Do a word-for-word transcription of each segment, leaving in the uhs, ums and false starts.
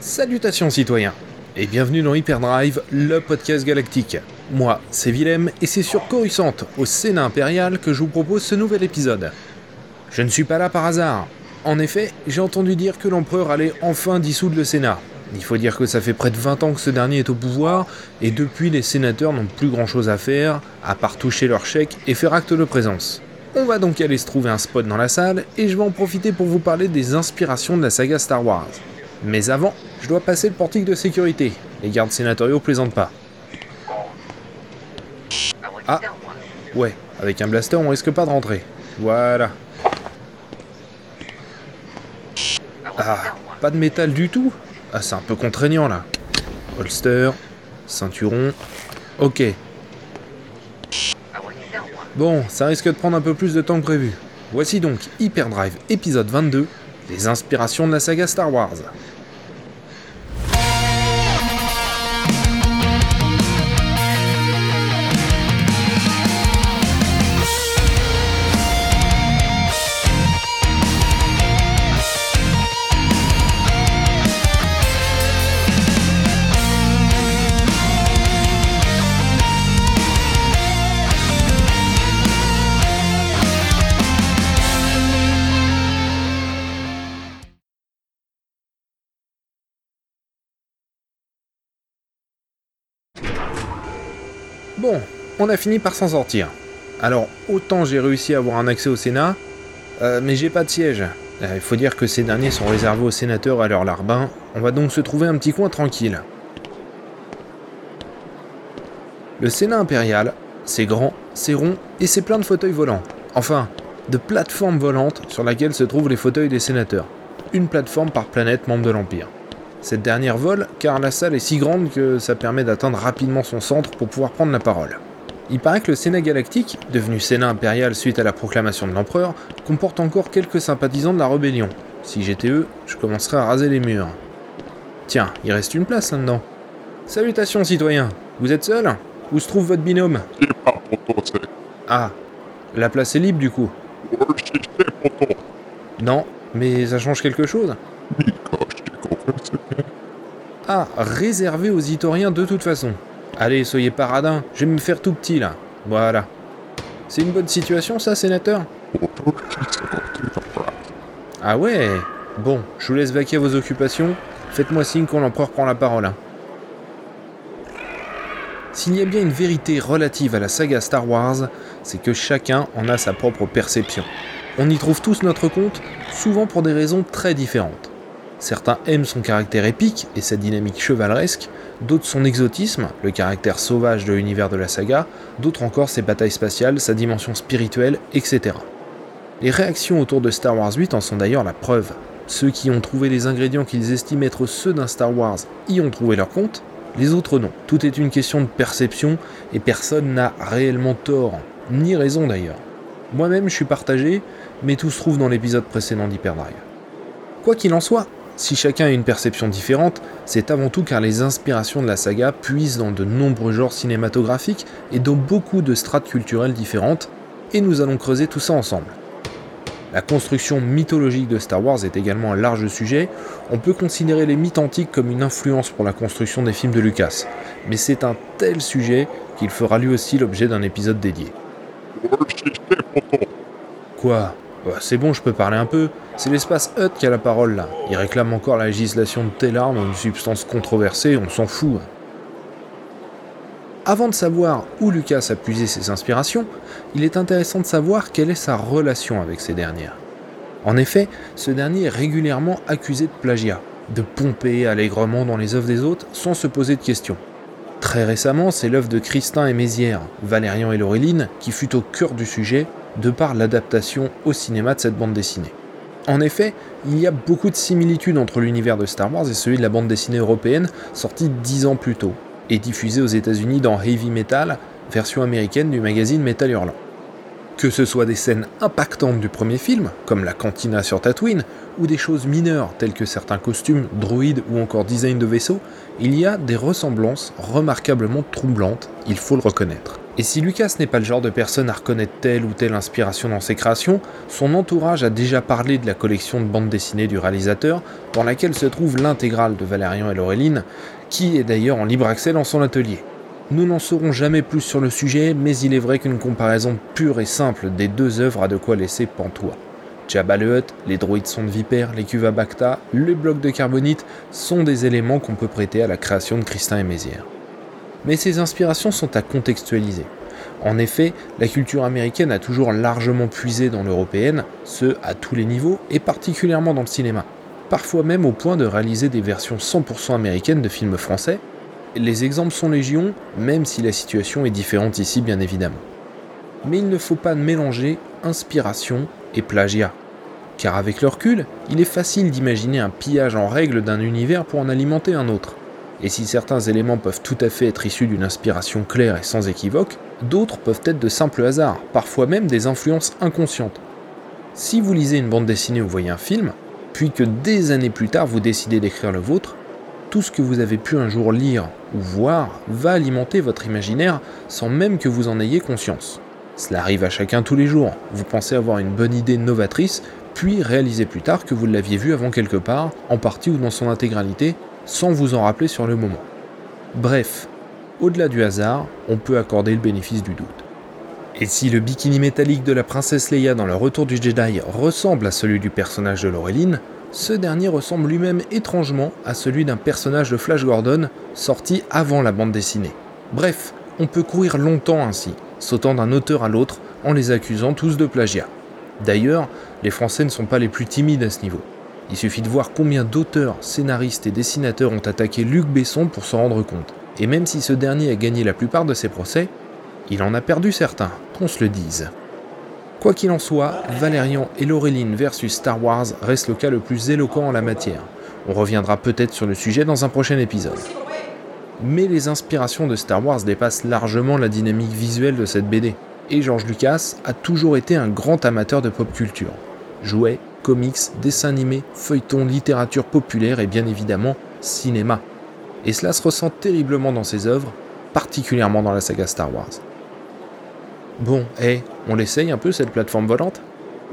Salutations citoyens, et bienvenue dans Hyperdrive, le podcast galactique. Moi, c'est Willem, et c'est sur Coruscant, au Sénat Impérial, que je vous propose ce nouvel épisode. Je ne suis pas là par hasard. En effet, j'ai entendu dire que l'empereur allait enfin dissoudre le Sénat. Il faut dire que ça fait près de vingt ans que ce dernier est au pouvoir, et depuis les sénateurs n'ont plus grand chose à faire, à part toucher leur chèque et faire acte de présence. On va donc aller se trouver un spot dans la salle, et je vais en profiter pour vous parler des inspirations de la saga Star Wars. Mais avant, je dois passer le portique de sécurité. Les gardes sénatoriaux plaisantent pas. Ah, ouais, avec un blaster on risque pas de rentrer. Voilà. Ah, pas de métal du tout. Ah, c'est un peu contraignant là. Holster, ceinturon, ok. Bon, ça risque de prendre un peu plus de temps que prévu. Voici donc Hyperdrive épisode vingt-deux, les inspirations de la saga Star Wars. Bon, on a fini par s'en sortir. Alors, autant j'ai réussi à avoir un accès au Sénat, euh, mais j'ai pas de siège. Il euh, faut dire que ces derniers sont réservés aux sénateurs et à leurs larbins. On va donc se trouver un petit coin tranquille. Le Sénat impérial, c'est grand, c'est rond et c'est plein de fauteuils volants. Enfin, de plateformes volantes sur laquelle se trouvent les fauteuils des sénateurs. Une plateforme par planète membre de l'Empire. Cette dernière vole car la salle est si grande que ça permet d'atteindre rapidement son centre pour pouvoir prendre la parole. Il paraît que le Sénat galactique, devenu Sénat impérial suite à la proclamation de l'empereur, comporte encore quelques sympathisants de la rébellion. Si j'étais eux, je commencerais à raser les murs. Tiens, il reste une place là-dedans. Salutations citoyens, vous êtes seuls ? Où se trouve votre binôme ? Ah, la place est libre du coup. Non, mais ça change quelque chose ? Ah, réservé aux Itoriens de toute façon. Allez, soyez pas radins, je vais me faire tout petit là. Voilà. C'est une bonne situation ça, sénateur ? Ah ouais ? Bon, je vous laisse vaquer à vos occupations. Faites-moi signe quand l'empereur prend la parole. Hein. S'il y a bien une vérité relative à la saga Star Wars, c'est que chacun en a sa propre perception. On y trouve tous notre compte, souvent pour des raisons très différentes. Certains aiment son caractère épique et sa dynamique chevaleresque, d'autres son exotisme, le caractère sauvage de l'univers de la saga, d'autres encore ses batailles spatiales, sa dimension spirituelle, et cetera. Les réactions autour de Star Wars huit en sont d'ailleurs la preuve. Ceux qui ont trouvé les ingrédients qu'ils estiment être ceux d'un Star Wars y ont trouvé leur compte, les autres non. Tout est une question de perception et personne n'a réellement tort, ni raison d'ailleurs. Moi-même je suis partagé, mais tout se trouve dans l'épisode précédent d'Hyperdrive. Quoi qu'il en soit, si chacun a une perception différente, c'est avant tout car les inspirations de la saga puisent dans de nombreux genres cinématographiques et dans beaucoup de strates culturelles différentes, et nous allons creuser tout ça ensemble. La construction mythologique de Star Wars est également un large sujet. On peut considérer les mythes antiques comme une influence pour la construction des films de Lucas, mais c'est un tel sujet qu'il fera lui aussi l'objet d'un épisode dédié. Quoi ? Bah, c'est bon, je peux parler un peu. C'est l'espace Hutt qui a la parole là. Il réclame encore la législation de telle arme ou une substance controversée, on s'en fout. Avant de savoir où Lucas a puisé ses inspirations, il est intéressant de savoir quelle est sa relation avec ces dernières. En effet, ce dernier est régulièrement accusé de plagiat, de pomper allègrement dans les œuvres des autres sans se poser de questions. Très récemment, c'est l'œuvre de Christin et Mézières, Valérian et Laureline, qui fut au cœur du sujet, de par l'adaptation au cinéma de cette bande dessinée. En effet, il y a beaucoup de similitudes entre l'univers de Star Wars et celui de la bande dessinée européenne, sortie dix ans plus tôt, et diffusée aux États-Unis dans Heavy Metal, version américaine du magazine Metal Hurlant. Que ce soit des scènes impactantes du premier film, comme la cantina sur Tatooine, ou des choses mineures telles que certains costumes, droïdes ou encore design de vaisseaux, il y a des ressemblances remarquablement troublantes, il faut le reconnaître. Et si Lucas n'est pas le genre de personne à reconnaître telle ou telle inspiration dans ses créations, son entourage a déjà parlé de la collection de bandes dessinées du réalisateur, dans laquelle se trouve l'intégrale de Valérian et Laureline, qui est d'ailleurs en libre accès dans son atelier. Nous n'en saurons jamais plus sur le sujet, mais il est vrai qu'une comparaison pure et simple des deux œuvres a de quoi laisser pantois. Jabba le Hutt, les droïdes sondes vipères, les cuves à Bacta, les blocs de carbonite sont des éléments qu'on peut prêter à la création de Christin et Mézières. Mais ces inspirations sont à contextualiser. En effet, la culture américaine a toujours largement puisé dans l'européenne, ce à tous les niveaux, et particulièrement dans le cinéma. Parfois même au point de réaliser des versions cent pour cent américaines de films français. Les exemples sont légion, même si la situation est différente ici bien évidemment. Mais il ne faut pas mélanger inspiration et plagiat. Car avec le recul, il est facile d'imaginer un pillage en règle d'un univers pour en alimenter un autre. Et si certains éléments peuvent tout à fait être issus d'une inspiration claire et sans équivoque, d'autres peuvent être de simples hasards, parfois même des influences inconscientes. Si vous lisez une bande dessinée ou voyez un film, puis que des années plus tard vous décidez d'écrire le vôtre, tout ce que vous avez pu un jour lire ou voir va alimenter votre imaginaire sans même que vous en ayez conscience. Cela arrive à chacun tous les jours, vous pensez avoir une bonne idée novatrice, puis réalisez plus tard que vous l'aviez vue avant quelque part, en partie ou dans son intégralité, sans vous en rappeler sur le moment. Bref, au-delà du hasard, on peut accorder le bénéfice du doute. Et si le bikini métallique de la princesse Leia dans Le Retour du Jedi ressemble à celui du personnage de Laureline, ce dernier ressemble lui-même étrangement à celui d'un personnage de Flash Gordon sorti avant la bande dessinée. Bref, on peut courir longtemps ainsi, sautant d'un auteur à l'autre en les accusant tous de plagiat. D'ailleurs, les Français ne sont pas les plus timides à ce niveau. Il suffit de voir combien d'auteurs, scénaristes et dessinateurs ont attaqué Luc Besson pour s'en rendre compte. Et même si ce dernier a gagné la plupart de ses procès, il en a perdu certains, qu'on se le dise. Quoi qu'il en soit, Valérian et Laureline versus Star Wars reste le cas le plus éloquent en la matière. On reviendra peut-être sur le sujet dans un prochain épisode. Mais les inspirations de Star Wars dépassent largement la dynamique visuelle de cette B D. Et George Lucas a toujours été un grand amateur de pop culture. Jouets, comics, dessins animés, feuilletons, littérature populaire et bien évidemment cinéma. Et cela se ressent terriblement dans ses œuvres, particulièrement dans la saga Star Wars. Bon, hé, hey, on l'essaye un peu cette plateforme volante ?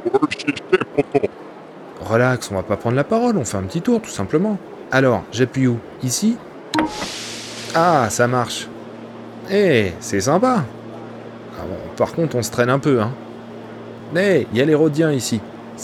Relax, on va pas prendre la parole, on fait un petit tour tout simplement. Alors, j'appuie où ? Ici ? Ah, ça marche. Eh, hey, c'est sympa. Ah bon, par contre, on se traîne un peu, hein. Eh, hey, y a les Rhodiens ici. Salut !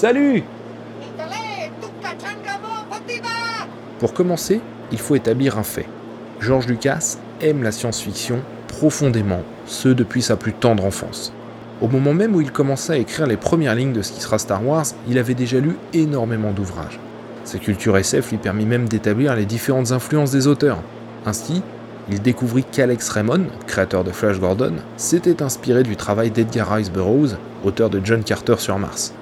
Pour commencer, il faut établir un fait. George Lucas aime la science-fiction profondément, ce depuis sa plus tendre enfance. Au moment même où il commençait à écrire les premières lignes de ce qui sera Star Wars, il avait déjà lu énormément d'ouvrages. Sa culture S F lui permit même d'établir les différentes influences des auteurs. Ainsi, il découvrit qu'Alex Raymond, créateur de Flash Gordon, s'était inspiré du travail d'Edgar Rice Burroughs, auteur de John Carter sur Mars.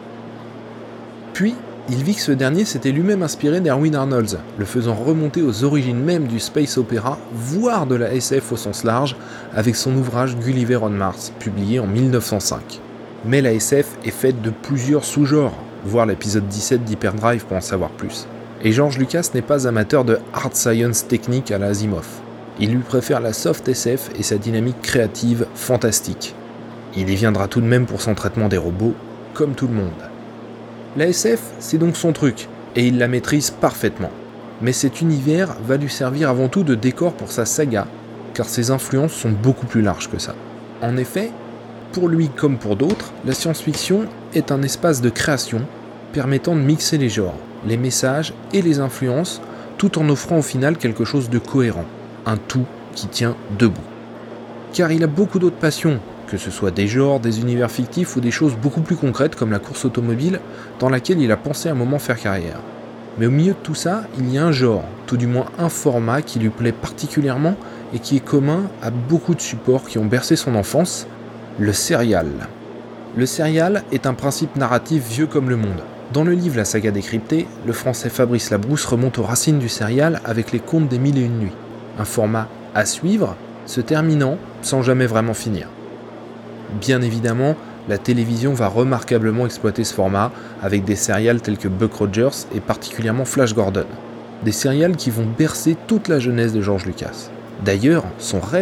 Puis, il vit que ce dernier s'était lui-même inspiré d'Erwin Arnold's, le faisant remonter aux origines même du space opéra, voire de la S F au sens large, avec son ouvrage Gulliver on Mars, publié en mille neuf cent cinq. Mais la S F est faite de plusieurs sous-genres, voir l'épisode dix-sept d'Hyperdrive pour en savoir plus. Et George Lucas n'est pas amateur de hard science technique à la Asimov. Il lui préfère la soft S F et sa dynamique créative fantastique. Il y viendra tout de même pour son traitement des robots, comme tout le monde. La S F, c'est donc son truc, et il la maîtrise parfaitement. Mais cet univers va lui servir avant tout de décor pour sa saga, car ses influences sont beaucoup plus larges que ça. En effet, pour lui comme pour d'autres, la science-fiction est un espace de création permettant de mixer les genres, les messages et les influences, tout en offrant au final quelque chose de cohérent, un tout qui tient debout. Car il a beaucoup d'autres passions, que ce soit des genres, des univers fictifs ou des choses beaucoup plus concrètes comme la course automobile, dans laquelle il a pensé un moment faire carrière. Mais au milieu de tout ça, il y a un genre, tout du moins un format qui lui plaît particulièrement et qui est commun à beaucoup de supports qui ont bercé son enfance, le serial. Le serial est un principe narratif vieux comme le monde. Dans le livre La saga décryptée, le français Fabrice Labrousse remonte aux racines du serial avec les contes des mille et une nuits, un format à suivre, se terminant sans jamais vraiment finir. Bien évidemment, la télévision va remarquablement exploiter ce format avec des serials tels que Buck Rogers et particulièrement Flash Gordon. Des serials qui vont bercer toute la jeunesse de George Lucas. D'ailleurs, son rêve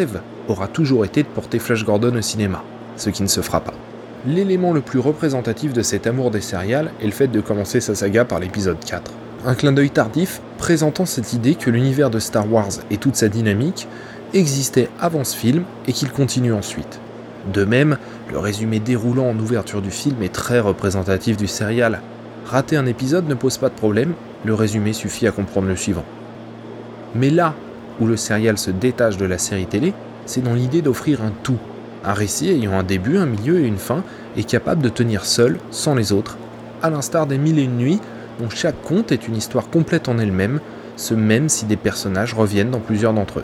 aura toujours été de porter Flash Gordon au cinéma, ce qui ne se fera pas. L'élément le plus représentatif de cet amour des serials est le fait de commencer sa saga par l'épisode quatre. Un clin d'œil tardif présentant cette idée que l'univers de Star Wars et toute sa dynamique existait avant ce film et qu'il continue ensuite. De même, le résumé déroulant en ouverture du film est très représentatif du serial. Rater un épisode ne pose pas de problème, le résumé suffit à comprendre le suivant. Mais là où le serial se détache de la série télé, c'est dans l'idée d'offrir un tout. Un récit ayant un début, un milieu et une fin, et capable de tenir seul, sans les autres, à l'instar des Mille et une nuits, dont chaque conte est une histoire complète en elle-même, ce même si des personnages reviennent dans plusieurs d'entre eux.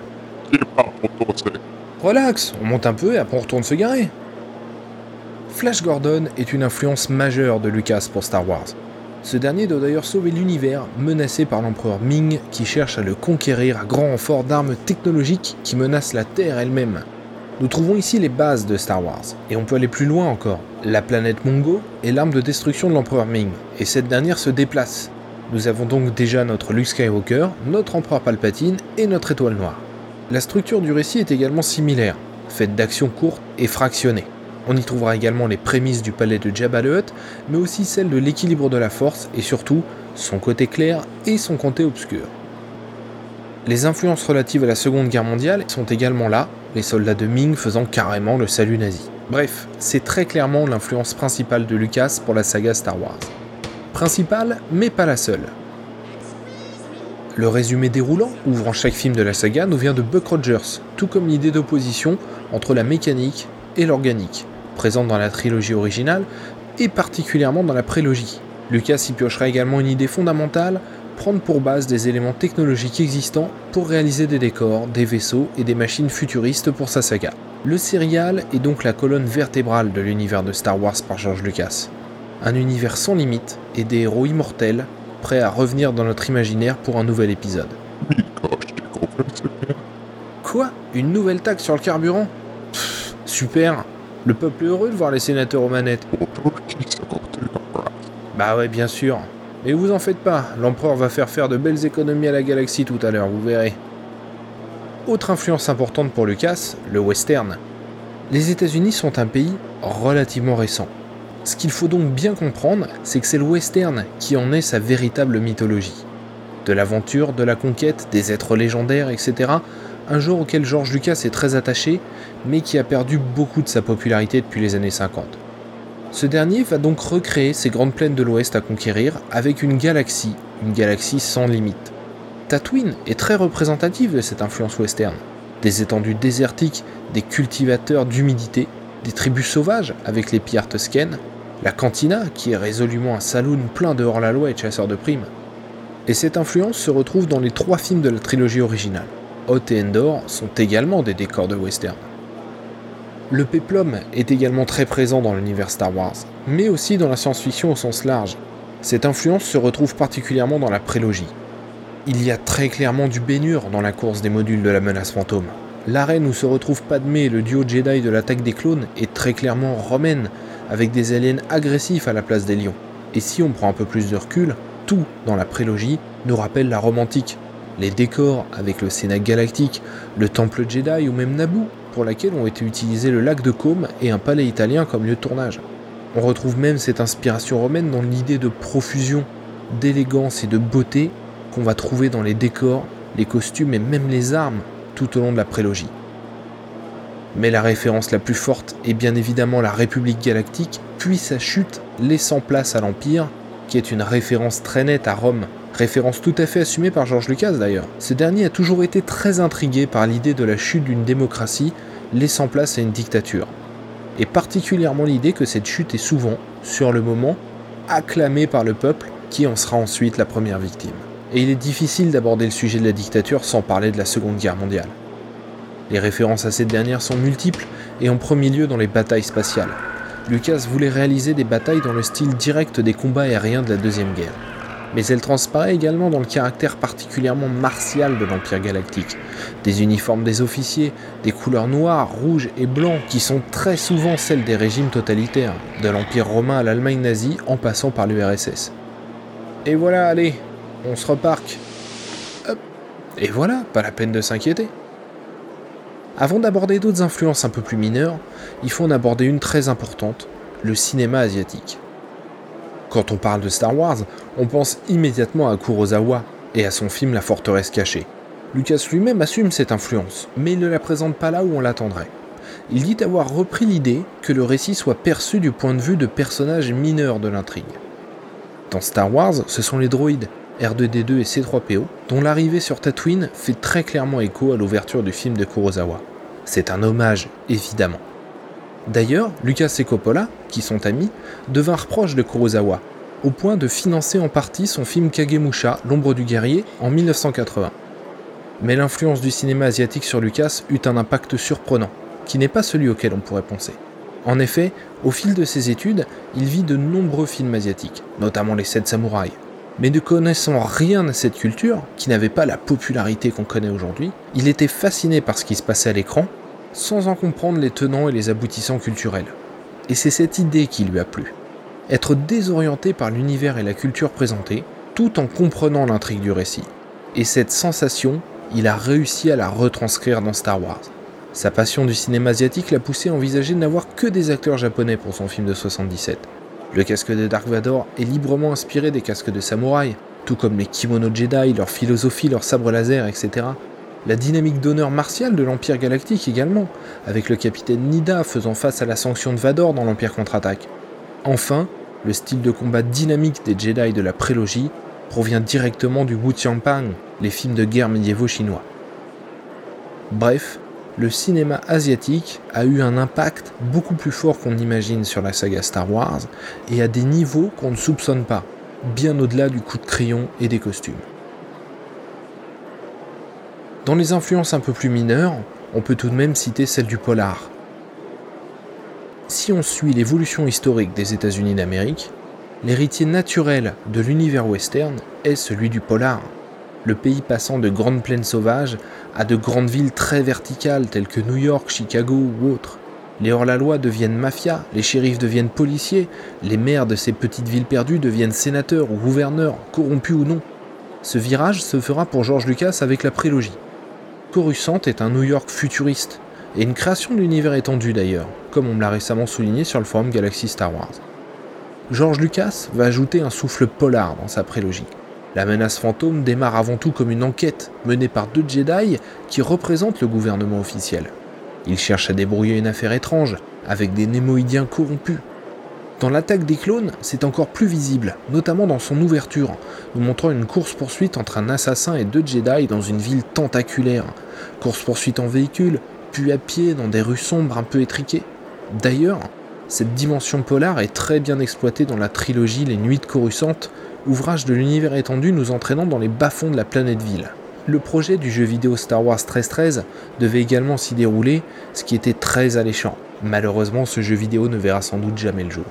Relax, on monte un peu et après on retourne se garer. Flash Gordon est une influence majeure de Lucas pour Star Wars. Ce dernier doit d'ailleurs sauver l'univers menacé par l'empereur Ming qui cherche à le conquérir à grand renfort d'armes technologiques qui menacent la Terre elle-même. Nous trouvons ici les bases de Star Wars, et on peut aller plus loin encore. La planète Mongo est l'arme de destruction de l'empereur Ming, et cette dernière se déplace. Nous avons donc déjà notre Luke Skywalker, notre empereur Palpatine et notre étoile noire. La structure du récit est également similaire, faite d'actions courtes et fractionnées. On y trouvera également les prémices du palais de Jabba the Hutt, mais aussi celles de l'équilibre de la force et surtout son côté clair et son côté obscur. Les influences relatives à la Seconde Guerre mondiale sont également là, les soldats de Ming faisant carrément le salut nazi. Bref, c'est très clairement l'influence principale de Lucas pour la saga Star Wars. Principale, mais pas la seule. Le résumé déroulant, ouvrant chaque film de la saga, nous vient de Buck Rogers, tout comme l'idée d'opposition entre la mécanique et l'organique, présente dans la trilogie originale et particulièrement dans la prélogie. Lucas y piochera également une idée fondamentale, prendre pour base des éléments technologiques existants pour réaliser des décors, des vaisseaux et des machines futuristes pour sa saga. Le serial est donc la colonne vertébrale de l'univers de Star Wars par George Lucas. Un univers sans limite et des héros immortels, prêts à revenir dans notre imaginaire pour un nouvel épisode. Quoi ? Une nouvelle taxe sur le carburant ? Pff, super. Le peuple est heureux de voir les sénateurs aux manettes. Bah ouais, bien sûr. Mais vous en faites pas, l'empereur va faire faire de belles économies à la galaxie tout à l'heure, vous verrez. Autre influence importante pour Lucas, le western. Les États-Unis sont un pays relativement récent. Ce qu'il faut donc bien comprendre, c'est que c'est le western qui en est sa véritable mythologie. De l'aventure, de la conquête, des êtres légendaires, et cetera. Un genre auquel George Lucas est très attaché, mais qui a perdu beaucoup de sa popularité depuis les années cinquante. Ce dernier va donc recréer ces grandes plaines de l'Ouest à conquérir avec une galaxie, une galaxie sans limite. Tatooine est très représentative de cette influence western. Des étendues désertiques, des cultivateurs d'humidité, des tribus sauvages avec les pillards toscaines, la cantina qui est résolument un saloon plein de hors-la-loi et de chasseurs de primes. Et cette influence se retrouve dans les trois films de la trilogie originale. Hoth et Endor sont également des décors de western. Le péplum est également très présent dans l'univers Star Wars, mais aussi dans la science-fiction au sens large. Cette influence se retrouve particulièrement dans la prélogie. Il y a très clairement du Bénur dans la course des modules de la menace fantôme. L'arène où se retrouve Padmé et le duo Jedi de l'attaque des clones est très clairement romaine, avec des aliens agressifs à la place des lions. Et si on prend un peu plus de recul, tout dans la prélogie nous rappelle la Rome antique. Les décors avec le Sénat galactique, le temple Jedi ou même Naboo, pour laquelle ont été utilisés le lac de Côme et un palais italien comme lieu de tournage. On retrouve même cette inspiration romaine dans l'idée de profusion, d'élégance et de beauté qu'on va trouver dans les décors, les costumes et même les armes tout au long de la prélogie. Mais la référence la plus forte est bien évidemment la République galactique, puis sa chute laissant place à l'Empire, qui est une référence très nette à Rome, référence tout à fait assumée par George Lucas d'ailleurs. Ce dernier a toujours été très intrigué par l'idée de la chute d'une démocratie laissant place à une dictature. Et particulièrement l'idée que cette chute est souvent, sur le moment, acclamée par le peuple qui en sera ensuite la première victime. Et il est difficile d'aborder le sujet de la dictature sans parler de la Seconde Guerre mondiale. Les références à cette dernière sont multiples et en premier lieu dans les batailles spatiales. Lucas voulait réaliser des batailles dans le style direct des combats aériens de la Deuxième Guerre. Mais elle transparaît également dans le caractère particulièrement martial de l'Empire galactique. Des uniformes des officiers, des couleurs noires, rouges et blancs qui sont très souvent celles des régimes totalitaires, de l'Empire romain à l'Allemagne nazie en passant par l'U R S S. Et voilà, allez, on se reparque. Hop. Et voilà, pas la peine de s'inquiéter. Avant d'aborder d'autres influences un peu plus mineures, il faut en aborder une très importante, le cinéma asiatique. Quand on parle de Star Wars, on pense immédiatement à Kurosawa et à son film La Forteresse cachée. Lucas lui-même assume cette influence, mais il ne la présente pas là où on l'attendrait. Il dit avoir repris l'idée que le récit soit perçu du point de vue de personnages mineurs de l'intrigue. Dans Star Wars, ce sont les droïdes R deux D deux et C trois P O, dont l'arrivée sur Tatooine fait très clairement écho à l'ouverture du film de Kurosawa. C'est un hommage, évidemment. D'ailleurs, Lucas et Coppola, qui sont amis, devinrent proches de Kurosawa, au point de financer en partie son film Kagemusha, L'ombre du guerrier, en dix-neuf cent quatre-vingts. Mais l'influence du cinéma asiatique sur Lucas eut un impact surprenant, qui n'est pas celui auquel on pourrait penser. En effet, au fil de ses études, il vit de nombreux films asiatiques, notamment Les Sept Samouraïs. Mais ne connaissant rien à cette culture, qui n'avait pas la popularité qu'on connaît aujourd'hui, il était fasciné par ce qui se passait à l'écran, sans en comprendre les tenants et les aboutissants culturels. Et c'est cette idée qui lui a plu. Être désorienté par l'univers et la culture présentée, tout en comprenant l'intrigue du récit. Et cette sensation, il a réussi à la retranscrire dans Star Wars. Sa passion du cinéma asiatique l'a poussé à envisager de n'avoir que des acteurs japonais pour son film de soixante-dix-sept. Le casque de Dark Vador est librement inspiré des casques de samouraï, tout comme les kimonos Jedi, leur philosophie, leurs sabres laser, et cetera. La dynamique d'honneur martiale de l'Empire Galactique également, avec le capitaine Nida faisant face à la sanction de Vador dans l'Empire contre-attaque. Enfin, le style de combat dynamique des Jedi de la prélogie provient directement du Wu Tianping, les films de guerre médiévaux chinois. Bref, le cinéma asiatique a eu un impact beaucoup plus fort qu'on imagine sur la saga Star Wars et à des niveaux qu'on ne soupçonne pas, bien au-delà du coup de crayon et des costumes. Dans les influences un peu plus mineures, on peut tout de même citer celle du polar. Si on suit l'évolution historique des États-Unis d'Amérique, l'héritier naturel de l'univers western est celui du polar. Le pays passant de grandes plaines sauvages à de grandes villes très verticales telles que New York, Chicago ou autres. Les hors-la-loi deviennent mafias, les shérifs deviennent policiers, les maires de ces petites villes perdues deviennent sénateurs ou gouverneurs, corrompus ou non. Ce virage se fera pour George Lucas avec la prélogie. Coruscant est un New York futuriste, et une création de l'univers étendu d'ailleurs, comme on me l'a récemment souligné sur le forum Galaxy Star Wars. George Lucas va ajouter un souffle polar dans sa prélogie. La menace fantôme démarre avant tout comme une enquête menée par deux Jedi qui représentent le gouvernement officiel. Ils cherchent à débrouiller une affaire étrange avec des Némoïdiens corrompus. Dans l'attaque des clones, c'est encore plus visible, notamment dans son ouverture, nous montrant une course-poursuite entre un assassin et deux Jedi dans une ville tentaculaire. Course-poursuite en véhicule, puis à pied dans des rues sombres un peu étriquées. D'ailleurs, cette dimension polar est très bien exploitée dans la trilogie Les Nuits de Coruscant, ouvrage de l'univers étendu nous entraînant dans les bas-fonds de la planète ville. Le projet du jeu vidéo Star Wars treize treize devait également s'y dérouler, ce qui était très alléchant. Malheureusement, ce jeu vidéo ne verra sans doute jamais le jour.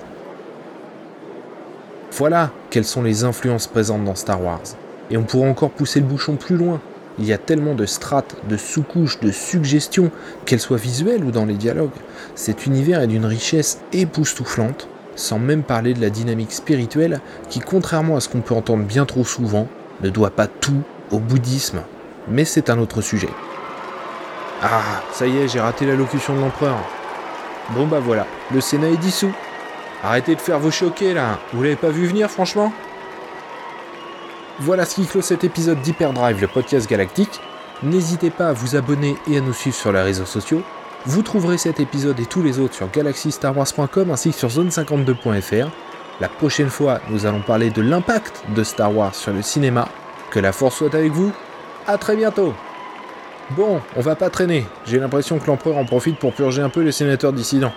Voilà quelles sont les influences présentes dans Star Wars. Et on pourrait encore pousser le bouchon plus loin. Il y a tellement de strates, de sous-couches, de suggestions, qu'elles soient visuelles ou dans les dialogues. Cet univers est d'une richesse époustouflante, sans même parler de la dynamique spirituelle qui, contrairement à ce qu'on peut entendre bien trop souvent, ne doit pas tout au bouddhisme. Mais c'est un autre sujet. Ah, ça y est, j'ai raté l'allocution de l'empereur. Bon bah voilà, le Sénat est dissous. Arrêtez de faire vos choqués là, vous l'avez pas vu venir franchement ? Voilà ce qui clôt cet épisode d'Hyperdrive, le podcast galactique. N'hésitez pas à vous abonner et à nous suivre sur les réseaux sociaux. Vous trouverez cet épisode et tous les autres sur galaxy star wars point com ainsi que sur zone cinquante-deux point f r. La prochaine fois, nous allons parler de l'impact de Star Wars sur le cinéma. Que la force soit avec vous. À très bientôt. Bon, on va pas traîner. J'ai l'impression que l'empereur en profite pour purger un peu les sénateurs dissidents.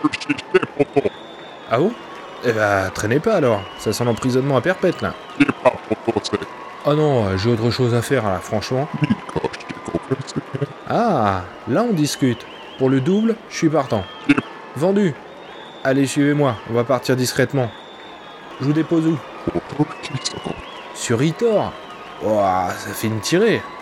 Ah bon ? Eh bah, traînez pas alors. Ça sent l'emprisonnement à perpète là. Oh non, j'ai autre chose à faire là, franchement. Ah, là on discute. Pour le double, je suis partant. Vendu. Allez, suivez-moi, on va partir discrètement. Je vous dépose où ? Sur Itor. Ouah, ça fait une tirée.